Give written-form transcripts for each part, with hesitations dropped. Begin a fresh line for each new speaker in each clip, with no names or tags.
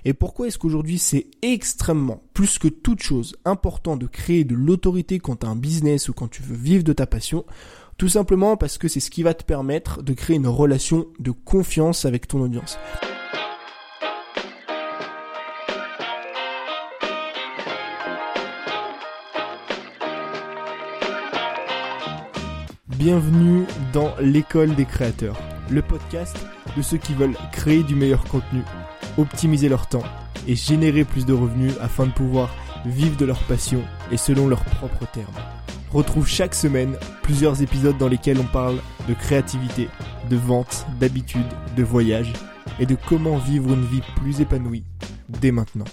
Et pourquoi est-ce qu'aujourd'hui c'est extrêmement, plus que toute chose, important de créer de l'autorité quand tu as un business ou quand tu veux vivre de ta passion? Tout simplement parce que c'est ce qui va te permettre de créer une relation de confiance avec ton audience. Bienvenue dans l'école des créateurs, le podcast de ceux qui veulent créer du meilleur contenu, optimiser leur temps et générer plus de revenus afin de pouvoir vivre de leur passion et selon leurs propres termes. Retrouve chaque semaine plusieurs épisodes dans lesquels on parle de créativité, de vente, d'habitude, de voyage et de comment vivre une vie plus épanouie dès maintenant.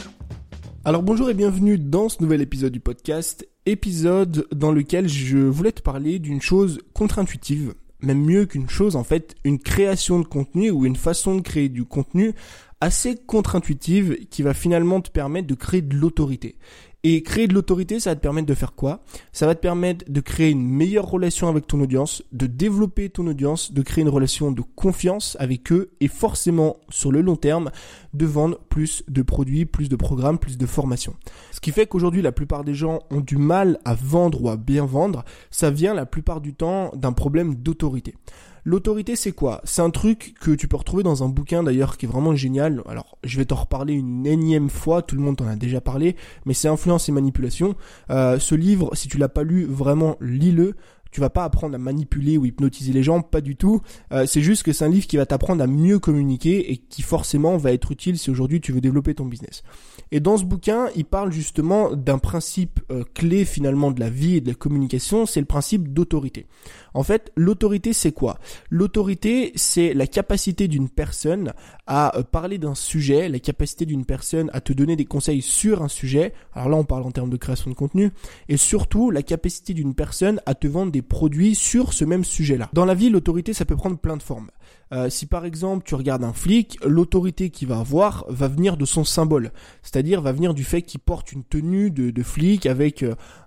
Alors bonjour et bienvenue dans ce nouvel épisode du podcast, épisode dans lequel je voulais te parler d'une chose contre-intuitive, même mieux qu'une chose en fait, une création de contenu ou une façon de créer du contenu assez contre-intuitive qui va finalement te permettre de créer de l'autorité. Et créer de l'autorité, ça va te permettre de faire quoi? Ça va te permettre de créer une meilleure relation avec ton audience, de développer ton audience, de créer une relation de confiance avec eux et forcément, sur le long terme, de vendre plus de produits, plus de programmes, plus de formations. Ce qui fait qu'aujourd'hui, la plupart des gens ont du mal à vendre ou à bien vendre. Ça vient la plupart du temps d'un problème d'autorité. L'autorité, c'est quoi? C'est un truc que tu peux retrouver dans un bouquin d'ailleurs qui est vraiment génial. Alors, je vais t'en reparler une énième fois, tout le monde t'en a déjà parlé, mais c'est Influence et Manipulation. Ce livre, si tu l'as pas lu, vraiment lis-le. Tu vas pas apprendre à manipuler ou hypnotiser les gens, pas du tout. C'est juste que c'est un livre qui va t'apprendre à mieux communiquer et qui forcément va être utile si aujourd'hui tu veux développer ton business. Et dans ce bouquin, il parle justement d'un principe clé finalement de la vie et de la communication, c'est le principe d'autorité. En fait, l'autorité, c'est quoi? L'autorité, c'est la capacité d'une personne à parler d'un sujet, la capacité d'une personne à te donner des conseils sur un sujet. Alors là, on parle en termes de création de contenu. Et surtout, la capacité d'une personne à te vendre des produits sur ce même sujet-là. Dans la vie, l'autorité, ça peut prendre plein de formes. Si par exemple tu regardes un flic, l'autorité qu'il va avoir va venir de son symbole, c'est-à-dire va venir du fait qu'il porte une tenue de flic avec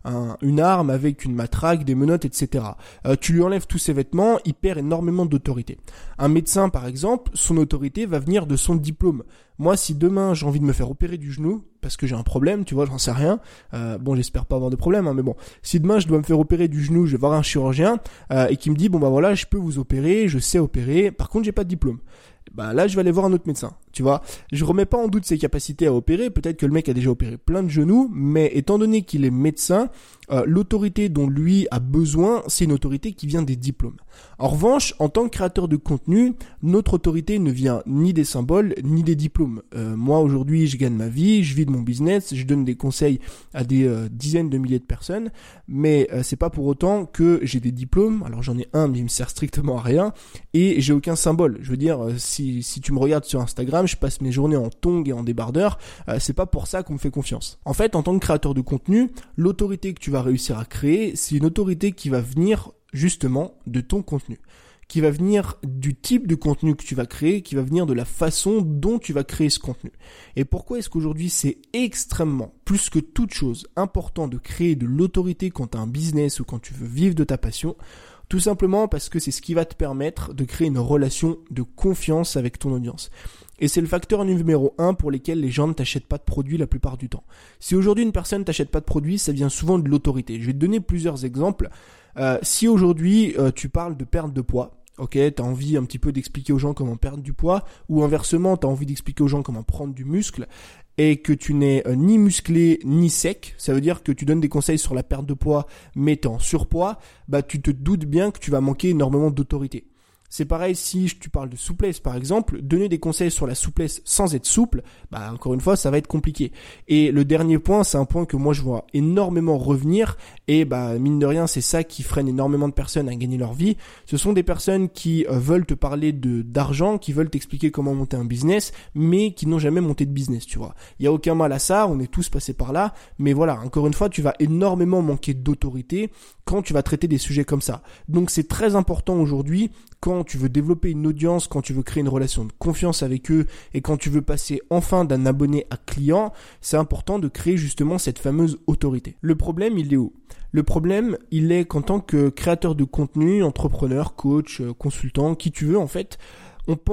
une arme, avec une matraque, des menottes, etc. Tu lui enlèves tous ses vêtements, il perd énormément d'autorité. Un médecin par exemple, son autorité va venir de son diplôme. Moi, si demain j'ai envie de me faire opérer du genou, parce que j'ai un problème, tu vois, j'en sais rien. Bon, j'espère pas avoir de problème, hein, mais bon. Si demain je dois me faire opérer du genou, je vais voir un chirurgien et qui me dit, bon bah voilà, je peux vous opérer, je sais opérer. Par contre, j'ai pas de diplôme. Bah là, je vais aller voir un autre médecin, tu vois. Je remets pas en doute ses capacités à opérer. Peut-être que le mec a déjà opéré plein de genoux, mais étant donné qu'il est médecin, l'autorité dont lui a besoin, c'est une autorité qui vient des diplômes. En revanche, en tant que créateur de contenu, notre autorité ne vient ni des symboles, ni des diplômes. Moi, aujourd'hui, je gagne ma vie, je vis de mon business, je donne des conseils à des dizaines de milliers de personnes, mais c'est pas pour autant que j'ai des diplômes. Alors j'en ai un, mais il me sert strictement à rien, et j'ai aucun symbole. Je veux dire, si tu me regardes sur Instagram, je passe mes journées en tongs et en débardeur, c'est pas pour ça qu'on me fait confiance. En fait, en tant que créateur de contenu, l'autorité que tu vas réussir à créer, c'est une autorité qui va venir justement de ton contenu, qui va venir du type de contenu que tu vas créer, qui va venir de la façon dont tu vas créer ce contenu. Et pourquoi est-ce qu'aujourd'hui c'est extrêmement, plus que toute chose, important de créer de l'autorité quand tu as un business ou quand tu veux vivre de ta passion? Tout simplement parce que c'est ce qui va te permettre de créer une relation de confiance avec ton audience. Et c'est le facteur numéro 1 pour lequel les gens ne t'achètent pas de produits la plupart du temps. Si aujourd'hui une personne ne t'achète pas de produits, ça vient souvent de l'autorité. Je vais te donner plusieurs exemples. Si aujourd'hui tu parles de perte de poids, ok, t'as envie un petit peu d'expliquer aux gens comment perdre du poids, ou inversement, t'as envie d'expliquer aux gens comment prendre du muscle, et que tu n'es ni musclé ni sec, ça veut dire que tu donnes des conseils sur la perte de poids, mais t'es en surpoids, bah tu te doutes bien que tu vas manquer énormément d'autorité. C'est pareil si tu parles de souplesse par exemple, donner des conseils sur la souplesse sans être souple, bah encore une fois ça va être compliqué. Et le dernier point, c'est un point que moi je vois énormément revenir et bah mine de rien c'est ça qui freine énormément de personnes à gagner leur vie. Ce sont des personnes qui veulent te parler d'argent, qui veulent t'expliquer comment monter un business, mais qui n'ont jamais monté de business, tu vois. Il y a aucun mal à ça, on est tous passés par là, mais voilà, encore une fois tu vas énormément manquer d'autorité quand tu vas traiter des sujets comme ça. Donc c'est très important aujourd'hui quand tu veux développer une audience, quand tu veux créer une relation de confiance avec eux et quand tu veux passer enfin d'un abonné à client, c'est important de créer justement cette fameuse autorité. Le problème, il est où ? Le problème, il est qu'en tant que créateur de contenu, entrepreneur, coach, consultant, qui tu veux en fait, on pense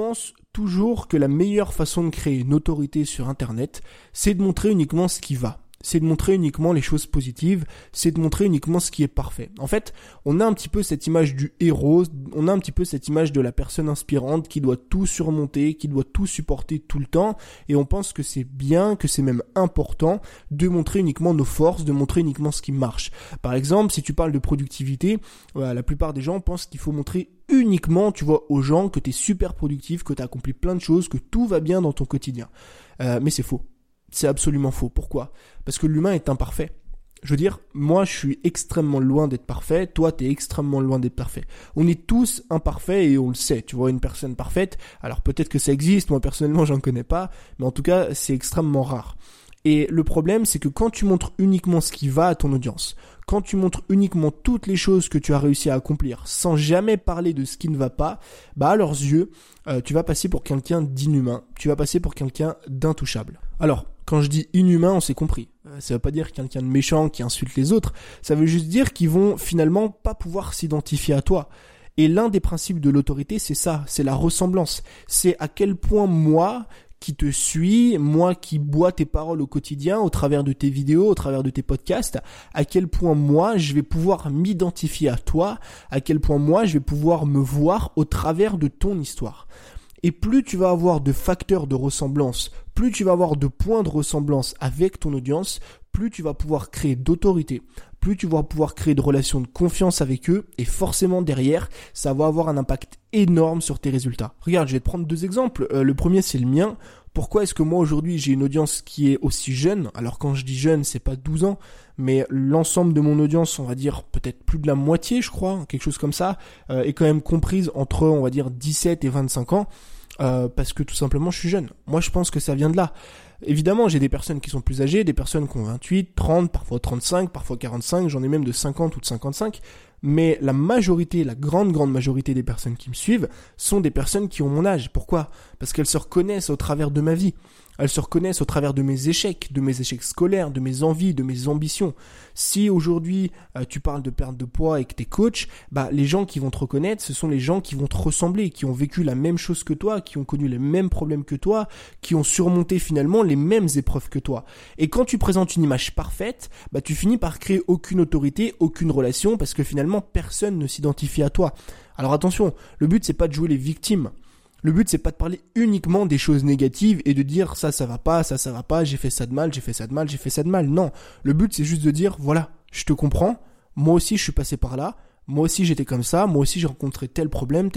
toujours que la meilleure façon de créer une autorité sur Internet, c'est de montrer uniquement ce qui va. C'est de montrer uniquement les choses positives, c'est de montrer uniquement ce qui est parfait. En fait, on a un petit peu cette image du héros, on a un petit peu cette image de la personne inspirante qui doit tout surmonter, qui doit tout supporter tout le temps, et on pense que c'est bien, que c'est même important de montrer uniquement nos forces, de montrer uniquement ce qui marche. Par exemple, si tu parles de productivité, la plupart des gens pensent qu'il faut montrer uniquement, tu vois, aux gens que tu es super productif, que tu as accompli plein de choses, que tout va bien dans ton quotidien. Mais c'est faux. C'est absolument faux. Pourquoi ? Parce que l'humain est imparfait. Je veux dire, moi je suis extrêmement loin d'être parfait, toi t'es extrêmement loin d'être parfait. On est tous imparfaits et on le sait. Tu vois, une personne parfaite, alors peut-être que ça existe, moi personnellement j'en connais pas, mais en tout cas c'est extrêmement rare. Et le problème, c'est que quand tu montres uniquement ce qui va à ton audience, quand tu montres uniquement toutes les choses que tu as réussi à accomplir sans jamais parler de ce qui ne va pas, à leurs yeux, tu vas passer pour quelqu'un d'inhumain, tu vas passer pour quelqu'un d'intouchable. Alors, quand je dis inhumain, on s'est compris. Ça veut pas dire quelqu'un de méchant qui insulte les autres, ça veut juste dire qu'ils vont finalement pas pouvoir s'identifier à toi. Et l'un des principes de l'autorité, c'est ça, c'est la ressemblance. C'est à quel point moi, qui te suis, moi qui bois tes paroles au quotidien, au travers de tes vidéos, au travers de tes podcasts, à quel point moi je vais pouvoir m'identifier à toi, à quel point moi je vais pouvoir me voir au travers de ton histoire. Et plus tu vas avoir de facteurs de ressemblance, plus tu vas avoir de points de ressemblance avec ton audience, plus tu vas pouvoir créer d'autorité, plus tu vas pouvoir créer de relations de confiance avec eux, et forcément derrière, ça va avoir un impact énorme sur tes résultats. Regarde, je vais te prendre 2 exemples. Le premier, c'est le mien. Pourquoi est-ce que moi aujourd'hui j'ai une audience qui est aussi jeune ? Alors quand je dis jeune, c'est pas 12 ans, mais l'ensemble de mon audience, on va dire peut-être plus de la moitié, je crois, quelque chose comme ça, est quand même comprise entre, on va dire, 17 et 25 ans, parce que tout simplement je suis jeune. Moi je pense que ça vient de là. Évidemment, j'ai des personnes qui sont plus âgées, des personnes qui ont 28, 30, parfois 35, parfois 45, j'en ai même de 50 ou de 55, mais la majorité, la grande majorité des personnes qui me suivent sont des personnes qui ont mon âge. Pourquoi ? Parce qu'elles se reconnaissent au travers de ma vie. Elles se reconnaissent au travers de mes échecs scolaires, de mes envies, de mes ambitions. Si aujourd'hui tu parles de perte de poids et que t'es coach, les gens qui vont te reconnaître, ce sont les gens qui vont te ressembler, qui ont vécu la même chose que toi, qui ont connu les mêmes problèmes que toi, qui ont surmonté finalement les mêmes épreuves que toi. Et quand tu présentes une image parfaite, tu finis par créer aucune autorité, aucune relation, parce que finalement personne ne s'identifie à toi. Alors attention, le but c'est pas de jouer les victimes. Le but, c'est pas de parler uniquement des choses négatives et de dire ça va pas, ça va pas, j'ai fait ça de mal, j'ai fait ça de mal, j'ai fait ça de mal. Non. Le but, c'est juste de dire, voilà, je te comprends. Moi aussi, je suis passé par là. Moi aussi, j'étais comme ça. Moi aussi, j'ai rencontré tel problème.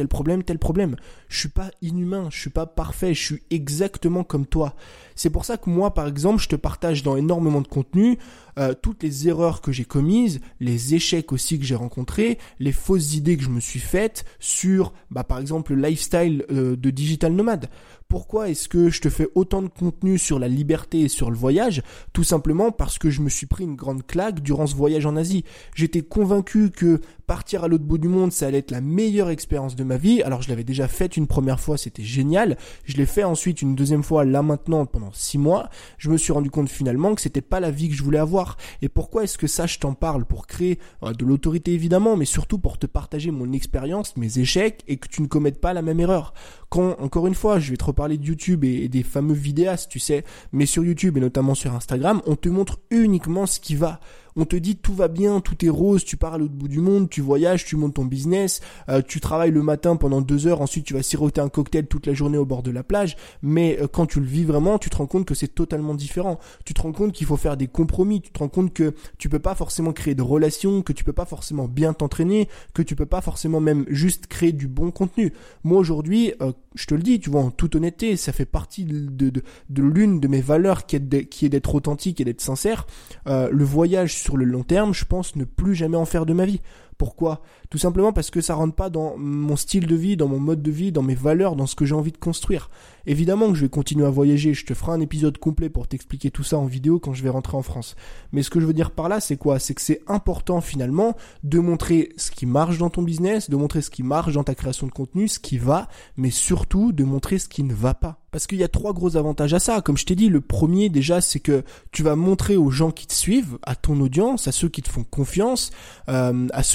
Je suis pas inhumain. Je suis pas parfait. Je suis exactement comme toi. C'est pour ça que moi, par exemple, je te partage dans énormément de contenu toutes les erreurs que j'ai commises, les échecs aussi que j'ai rencontrés, les fausses idées que je me suis faites sur, par exemple, le lifestyle de digital nomade. Pourquoi est-ce que je te fais autant de contenu sur la liberté et sur le voyage ? Tout simplement parce que je me suis pris une grande claque durant ce voyage en Asie. J'étais convaincu que partir à l'autre bout du monde, ça allait être la meilleure expérience de ma vie. Alors je l'avais déjà faite une première fois, c'était génial. Je l'ai fait ensuite une deuxième fois, là maintenant, pendant 6 mois. Je me suis rendu compte finalement que c'était pas la vie que je voulais avoir. Et pourquoi est-ce que ça, je t'en parle ? Pour créer de l'autorité évidemment, mais surtout pour te partager mon expérience, mes échecs, et que tu ne commettes pas la même erreur. Quand, encore une fois, je vais te reparler de YouTube et des fameux vidéastes, tu sais, mais sur YouTube et notamment sur Instagram, on te montre uniquement ce qui va. On te dit tout va bien, tout est rose, tu pars à l'autre bout du monde, tu voyages, tu montes ton business, tu travailles le matin pendant 2 heures, ensuite tu vas siroter un cocktail toute la journée au bord de la plage, mais quand tu le vis vraiment, tu te rends compte que c'est totalement différent. Tu te rends compte qu'il faut faire des compromis, tu te rends compte que tu peux pas forcément créer de relations, que tu peux pas forcément bien t'entraîner, que tu peux pas forcément même juste créer du bon contenu. Moi aujourd'hui, je te le dis, tu vois, en toute honnêteté, ça fait partie de l'une de mes valeurs qui est d'être authentique et d'être sincère. Le voyage sur le long terme, je pense ne plus jamais en faire de ma vie. Pourquoi ? Tout simplement parce que ça rentre pas dans mon style de vie, dans mon mode de vie, dans mes valeurs, dans ce que j'ai envie de construire. Évidemment que je vais continuer à voyager, je te ferai un épisode complet pour t'expliquer tout ça en vidéo quand je vais rentrer en France. Mais ce que je veux dire par là, c'est quoi ? C'est que c'est important finalement de montrer ce qui marche dans ton business, de montrer ce qui marche dans ta création de contenu, ce qui va, mais surtout de montrer ce qui ne va pas. Parce qu'il y a 3 gros avantages à ça. Comme je t'ai dit, le premier déjà, c'est que tu vas montrer aux gens qui te suivent, à ton audience, à ceux qui te font confiance, à ceux qui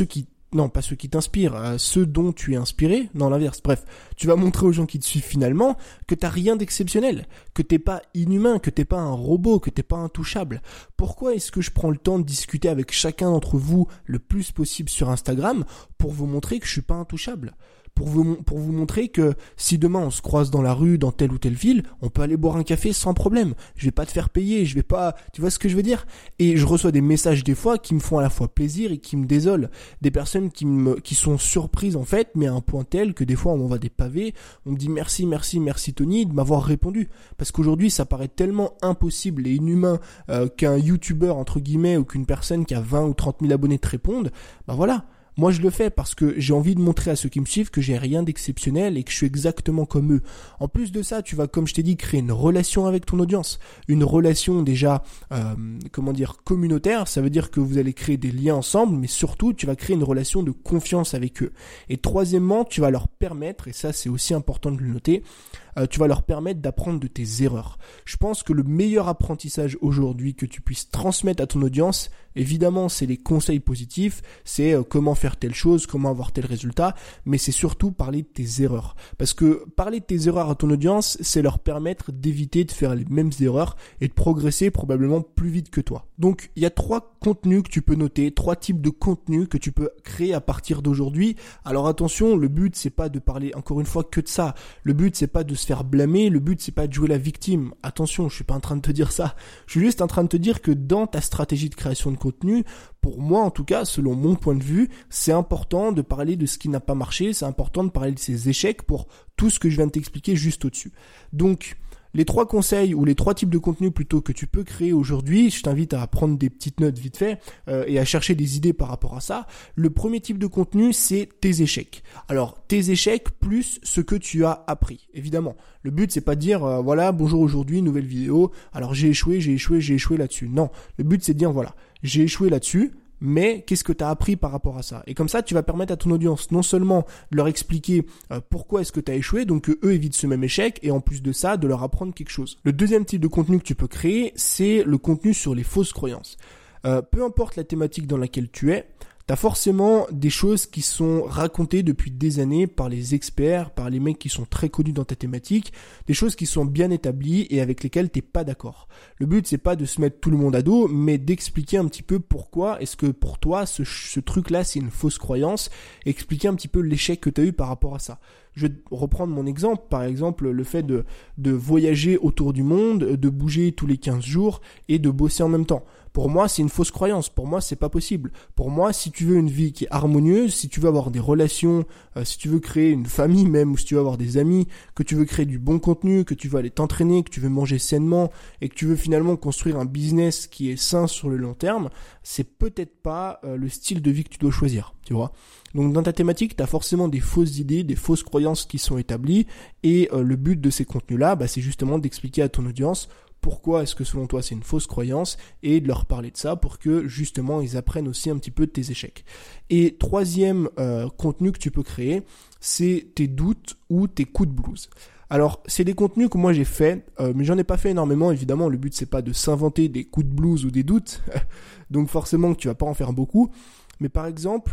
non, pas ceux qui t'inspirent, ceux dont tu es inspiré, non, l'inverse. Bref, tu vas montrer aux gens qui te suivent finalement que t'as rien d'exceptionnel, que t'es pas inhumain, que t'es pas un robot, que t'es pas intouchable. Pourquoi est-ce que je prends le temps de discuter avec chacun d'entre vous le plus possible sur Instagram pour vous montrer que je suis pas intouchable ? Pour vous montrer que si demain on se croise dans la rue, dans telle ou telle ville, on peut aller boire un café sans problème. Je vais pas te faire payer, je vais pas, tu vois ce que je veux dire ? Et je reçois des messages des fois qui me font à la fois plaisir et qui me désolent. Des personnes qui sont surprises en fait, mais à un point tel que des fois on m'envoie des pavés, on me dit merci Tony de m'avoir répondu. Parce qu'aujourd'hui ça paraît tellement impossible et inhumain qu'un youtubeur entre guillemets ou qu'une personne qui a 20 ou 30 000 abonnés te réponde, bah voilà. Moi, je le fais parce que j'ai envie de montrer à ceux qui me suivent que j'ai rien d'exceptionnel et que je suis exactement comme eux. En plus de ça, tu vas, comme je t'ai dit, créer une relation avec ton audience. Une relation déjà, communautaire. Ça veut dire que vous allez créer des liens ensemble, mais surtout, tu vas créer une relation de confiance avec eux. Et troisièmement, tu vas leur permettre, et ça c'est aussi important de le noter, tu vas leur permettre d'apprendre de tes erreurs. Je pense que le meilleur apprentissage aujourd'hui que tu puisses transmettre à ton audience, évidemment, c'est les conseils positifs, c'est comment faire telle chose, comment avoir tel résultat, mais c'est surtout parler de tes erreurs. Parce que parler de tes erreurs à ton audience, c'est leur permettre d'éviter de faire les mêmes erreurs et de progresser probablement plus vite que toi. Donc, il y a 3 contenus que tu peux noter, 3 types de contenus que tu peux créer à partir d'aujourd'hui. Alors attention, le but c'est pas de parler encore une fois que de ça. Le but c'est pas de se faire blâmer, le but c'est pas de jouer la victime. Attention, je suis pas en train de te dire ça. Je suis juste en train de te dire que dans ta stratégie de création de contenu, pour moi en tout cas, selon mon point de vue, c'est important de parler de ce qui n'a pas marché, c'est important de parler de ses échecs pour tout ce que je viens de t'expliquer juste au-dessus. Donc, les 3 conseils ou les 3 types de contenus plutôt que tu peux créer aujourd'hui, je t'invite à prendre des petites notes vite fait et à chercher des idées par rapport à ça. Le premier type de contenu, c'est tes échecs. Alors, tes échecs plus ce que tu as appris, évidemment. Le but, c'est pas de dire, voilà, bonjour aujourd'hui, nouvelle vidéo, alors j'ai échoué là-dessus. Non, le but, c'est de dire, voilà, j'ai échoué là-dessus, mais qu'est-ce que tu as appris par rapport à ça ? Et comme ça, tu vas permettre à ton audience non seulement de leur expliquer pourquoi est-ce que tu as échoué, donc qu'eux évitent ce même échec, et en plus de ça, de leur apprendre quelque chose. Le deuxième type de contenu que tu peux créer, c'est le contenu sur les fausses croyances. Peu importe la thématique dans laquelle tu es, t'as forcément des choses qui sont racontées depuis des années par les experts, par les mecs qui sont très connus dans ta thématique, des choses qui sont bien établies et avec lesquelles t'es pas d'accord. Le but c'est pas de se mettre tout le monde à dos, mais d'expliquer un petit peu pourquoi est-ce que pour toi ce truc-là c'est une fausse croyance, expliquer un petit peu l'échec que t'as eu par rapport à ça. Je vais reprendre mon exemple, par exemple le fait de voyager autour du monde, de bouger tous les 15 jours et de bosser en même temps. Pour moi, c'est une fausse croyance. Pour moi, c'est pas possible. Pour moi, si tu veux une vie qui est harmonieuse, si tu veux avoir des relations, si tu veux créer une famille même, ou si tu veux avoir des amis, que tu veux créer du bon contenu, que tu veux aller t'entraîner, que tu veux manger sainement, et que tu veux finalement construire un business qui est sain sur le long terme, c'est peut-être pas le style de vie que tu dois choisir, tu vois. Donc dans ta thématique, tu as forcément des fausses idées, des fausses croyances qui sont établies, et le but de ces contenus-là, c'est justement d'expliquer à ton audience pourquoi est-ce que selon toi c'est une fausse croyance et de leur parler de ça pour que justement ils apprennent aussi un petit peu de tes échecs. Et troisième contenu que tu peux créer, c'est tes doutes ou tes coups de blues. Alors c'est des contenus que moi j'ai fait, mais j'en ai pas fait énormément évidemment. Le but c'est pas de s'inventer des coups de blues ou des doutes, donc forcément que tu vas pas en faire beaucoup. Mais par exemple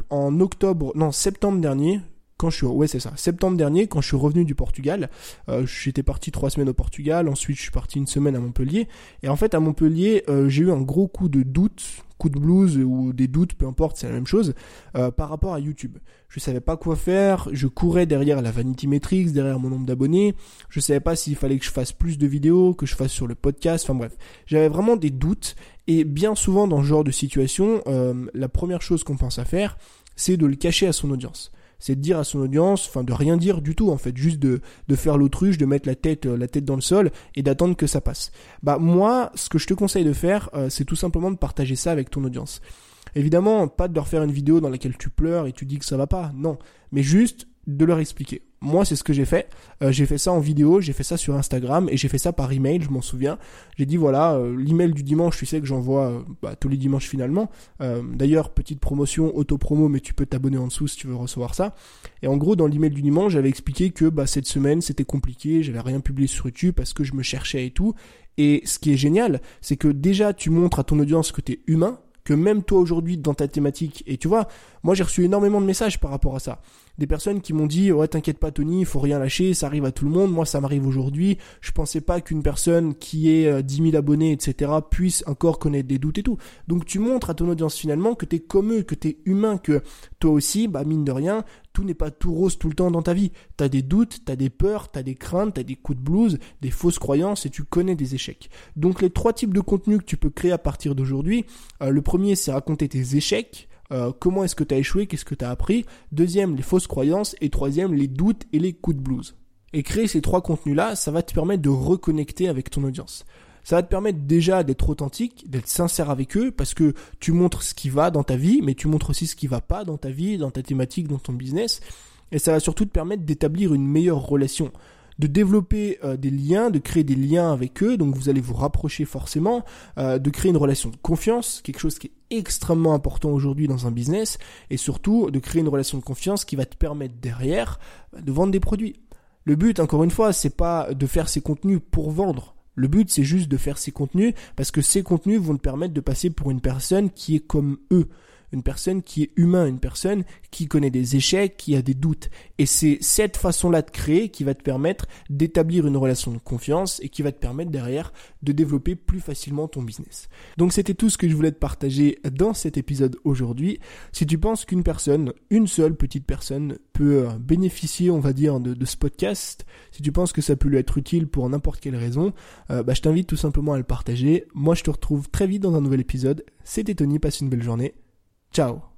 septembre dernier. Septembre dernier, quand je suis revenu du Portugal, j'étais parti 3 semaines au Portugal, ensuite je suis parti 1 semaine à Montpellier, et en fait à Montpellier, j'ai eu un gros coup de blues ou des doutes, peu importe, c'est la même chose, par rapport à YouTube. Je savais pas quoi faire, je courais derrière la Vanity Metrics, derrière mon nombre d'abonnés, je savais pas s'il fallait que je fasse plus de vidéos, que je fasse sur le podcast, enfin bref, j'avais vraiment des doutes, et bien souvent dans ce genre de situation, la première chose qu'on pense à faire, c'est de le cacher à son audience. C'est de dire à son audience, de rien dire du tout en fait, juste de faire l'autruche, de mettre la tête dans le sol et d'attendre que ça passe. Moi, ce que je te conseille de faire, c'est tout simplement de partager ça avec ton audience. Évidemment, pas de leur faire une vidéo dans laquelle tu pleures et tu dis que ça va pas, non, mais juste de leur expliquer. Moi, c'est ce que j'ai fait. J'ai fait ça en vidéo, j'ai fait ça sur Instagram et j'ai fait ça par email, je m'en souviens. J'ai dit voilà, l'email du dimanche, tu sais que j'envoie tous les dimanches finalement. D'ailleurs, petite promotion, auto-promo, mais tu peux t'abonner en dessous si tu veux recevoir ça. Et en gros, dans l'email du dimanche, j'avais expliqué que cette semaine, c'était compliqué, j'avais rien publié sur YouTube parce que je me cherchais et tout. Et ce qui est génial, c'est que déjà, tu montres à ton audience que t'es humain, que même toi aujourd'hui dans ta thématique, et tu vois, moi j'ai reçu énormément de messages par rapport à ça. Des personnes qui m'ont dit « Ouais, t'inquiète pas Tony, il faut rien lâcher, ça arrive à tout le monde, moi ça m'arrive aujourd'hui, je pensais pas qu'une personne qui ait 10 000 abonnés, etc. puisse encore connaître des doutes et tout. » Donc tu montres à ton audience finalement que t'es comme eux, que t'es humain, que toi aussi, mine de rien, tout n'est pas tout rose tout le temps dans ta vie. T'as des doutes, t'as des peurs, t'as des craintes, t'as des coups de blues, des fausses croyances et tu connais des échecs. Donc les 3 types de contenus que tu peux créer à partir d'aujourd'hui, le premier c'est raconter tes échecs. Comment est-ce que tu as échoué, qu'est-ce que tu as appris. Deuxième, les fausses croyances. Et troisième, les doutes et les coups de blues. Et créer ces 3 contenus-là, ça va te permettre de reconnecter avec ton audience. Ça va te permettre déjà d'être authentique, d'être sincère avec eux, parce que tu montres ce qui va dans ta vie, mais tu montres aussi ce qui va pas dans ta vie, dans ta thématique, dans ton business. Et ça va surtout te permettre d'établir une meilleure relation, de développer des liens, de créer des liens avec eux, donc vous allez vous rapprocher forcément, de créer une relation de confiance, quelque chose qui est extrêmement important aujourd'hui dans un business, et surtout de créer une relation de confiance qui va te permettre derrière de vendre des produits. Le but, encore une fois, c'est pas de faire ces contenus pour vendre. Le but, c'est juste de faire ces contenus parce que ces contenus vont te permettre de passer pour une personne qui est comme eux. Une personne qui est humain, une personne qui connaît des échecs, qui a des doutes. Et c'est cette façon-là de créer qui va te permettre d'établir une relation de confiance et qui va te permettre derrière de développer plus facilement ton business. Donc c'était tout ce que je voulais te partager dans cet épisode aujourd'hui. Si tu penses qu'une personne, une seule petite personne peut bénéficier, on va dire, de ce podcast, si tu penses que ça peut lui être utile pour n'importe quelle raison, je t'invite tout simplement à le partager. Moi je te retrouve très vite dans un nouvel épisode. C'était Tony, passe une belle journée. Ciao.